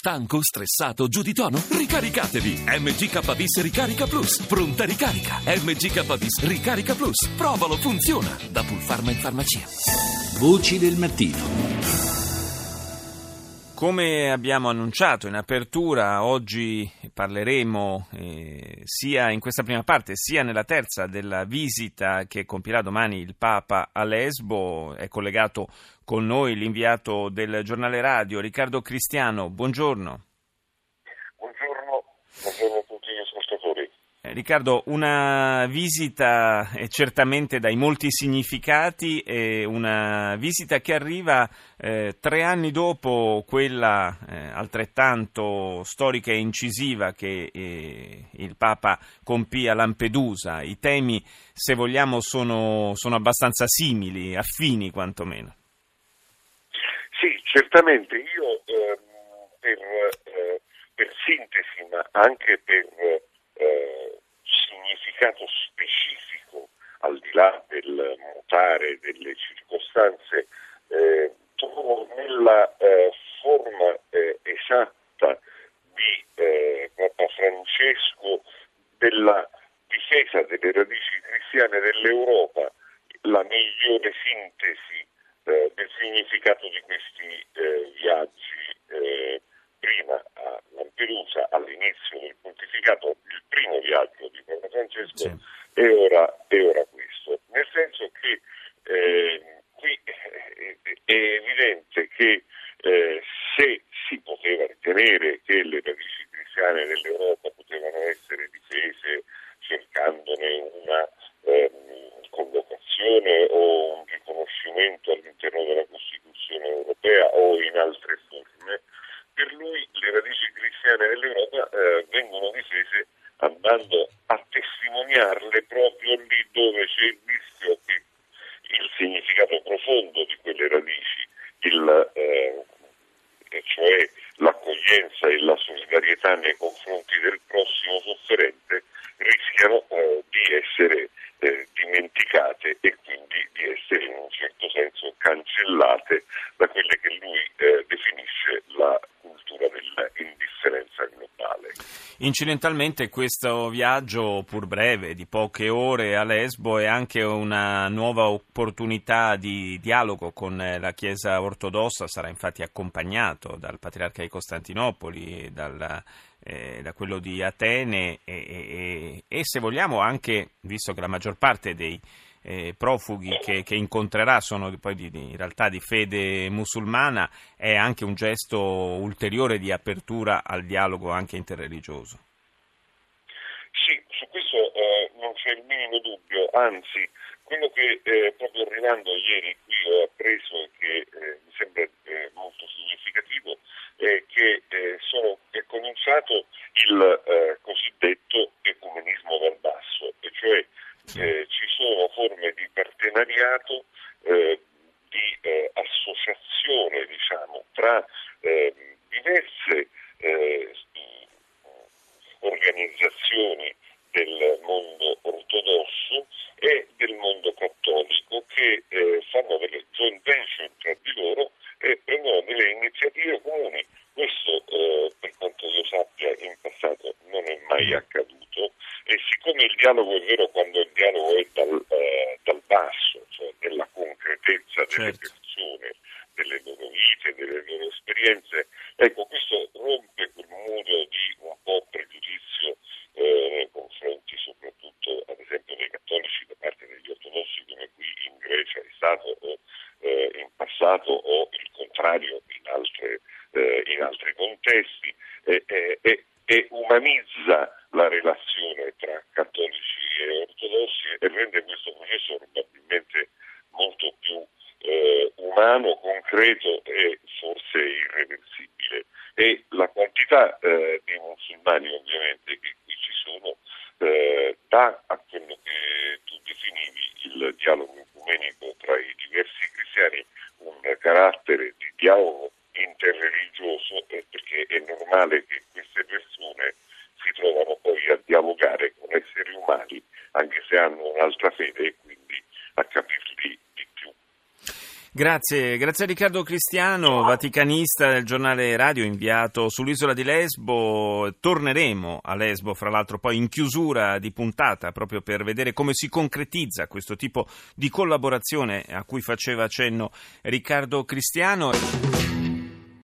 Stanco, stressato, giù di tono? Ricaricatevi! MGKBIS Ricarica Plus. Pronta ricarica. MGKBIS Ricarica Plus. Provalo, funziona. Da Pulpharma in farmacia. Voci del mattino. Come abbiamo annunciato in apertura, oggi parleremo sia in questa prima parte sia nella terza della visita che compirà domani il Papa a Lesbo. È collegato con noi l'inviato del giornale radio Riccardo Cristiano. Buongiorno. Buongiorno a tutti gli ascoltatori. Riccardo, una visita certamente dai molti significati, una visita che arriva 3 anni dopo quella altrettanto storica e incisiva che il Papa compì a Lampedusa. I temi, se vogliamo, sono abbastanza simili, affini quantomeno. Sì, certamente. Io per sintesi, ma anche per significato specifico, al di là del mutare delle circostanze, trovo nella forma esatta di Papa Francesco della difesa delle radici cristiane dell'Europa la migliore sintesi del significato di questi viaggi, prima a Lampedusa all'inizio del pontificato, il primo viaggio di Papa Francesco, sì. e ora questo, nel senso che qui è evidente che se si poteva ritenere che le radici cristiane dell'Europa potevano essere difese cercandone una collocazione o un riconoscimento all'interno della Costituzione europea o in altre forme, per lui le radici cristiane dell'Europa vengono difese andando a testimoniarle proprio lì dove c'è il rischio che il significato profondo di quelle radici, cioè l'accoglienza e la solidarietà nei confronti del prossimo sofferente, rischiano di essere dimenticate e quindi di essere in un certo senso cancellate da quelle che lui definisce la cultura dell'indifferenza globale. Incidentalmente questo viaggio, pur breve, di poche ore a Lesbo, è anche una nuova opportunità di dialogo con la Chiesa ortodossa. Sarà infatti accompagnato dal Patriarca di Costantinopoli, da quello di Atene e se vogliamo anche, visto che la maggior parte dei profughi che incontrerà sono poi in realtà di fede musulmana, è anche un gesto ulteriore di apertura al dialogo anche interreligioso. Sì, su questo non c'è il minimo dubbio, anzi quello che proprio arrivando ieri qui ho appreso e che mi sembra molto significativo è che è cominciato il cosiddetto ecumenismo dal basso, e cioè ci sono forme di partenariato, di associazione, diciamo, tra diverse organizzazioni del mondo ortodosso e del mondo cattolico che fanno delle joint venture tra di loro e prendono delle iniziative comuni. Questo, per quanto io sappia, in passato non è mai accaduto, e siccome il dialogo è vero quando il dialogo è dal basso, cioè della concretezza delle persone, delle loro vite, delle loro esperienze, ecco, questo rompe quel muro di un po' pregiudizio nei confronti soprattutto, ad esempio, dei cattolici da parte degli ortodossi, come qui in Grecia è stato o in passato, o il contrario in altri contesti, e umanizza la relazione tra cattolici e ortodossi e rende questo processo probabilmente molto più umano, concreto e forse irreversibile. E la quantità di musulmani ovviamente che qui ci sono dà a quello che tu definivi il dialogo ecumenico tra i diversi cristiani un carattere di dialogo interreligioso, perché è normale che queste persone si trovano poi a dialogare con esseri umani anche se hanno un'altra fede e quindi a capirli di più. Grazie a Riccardo Cristiano, vaticanista del giornale radio inviato sull'isola di Lesbo. Torneremo a Lesbo, fra l'altro, poi in chiusura di puntata, proprio per vedere come si concretizza questo tipo di collaborazione a cui faceva cenno Riccardo Cristiano.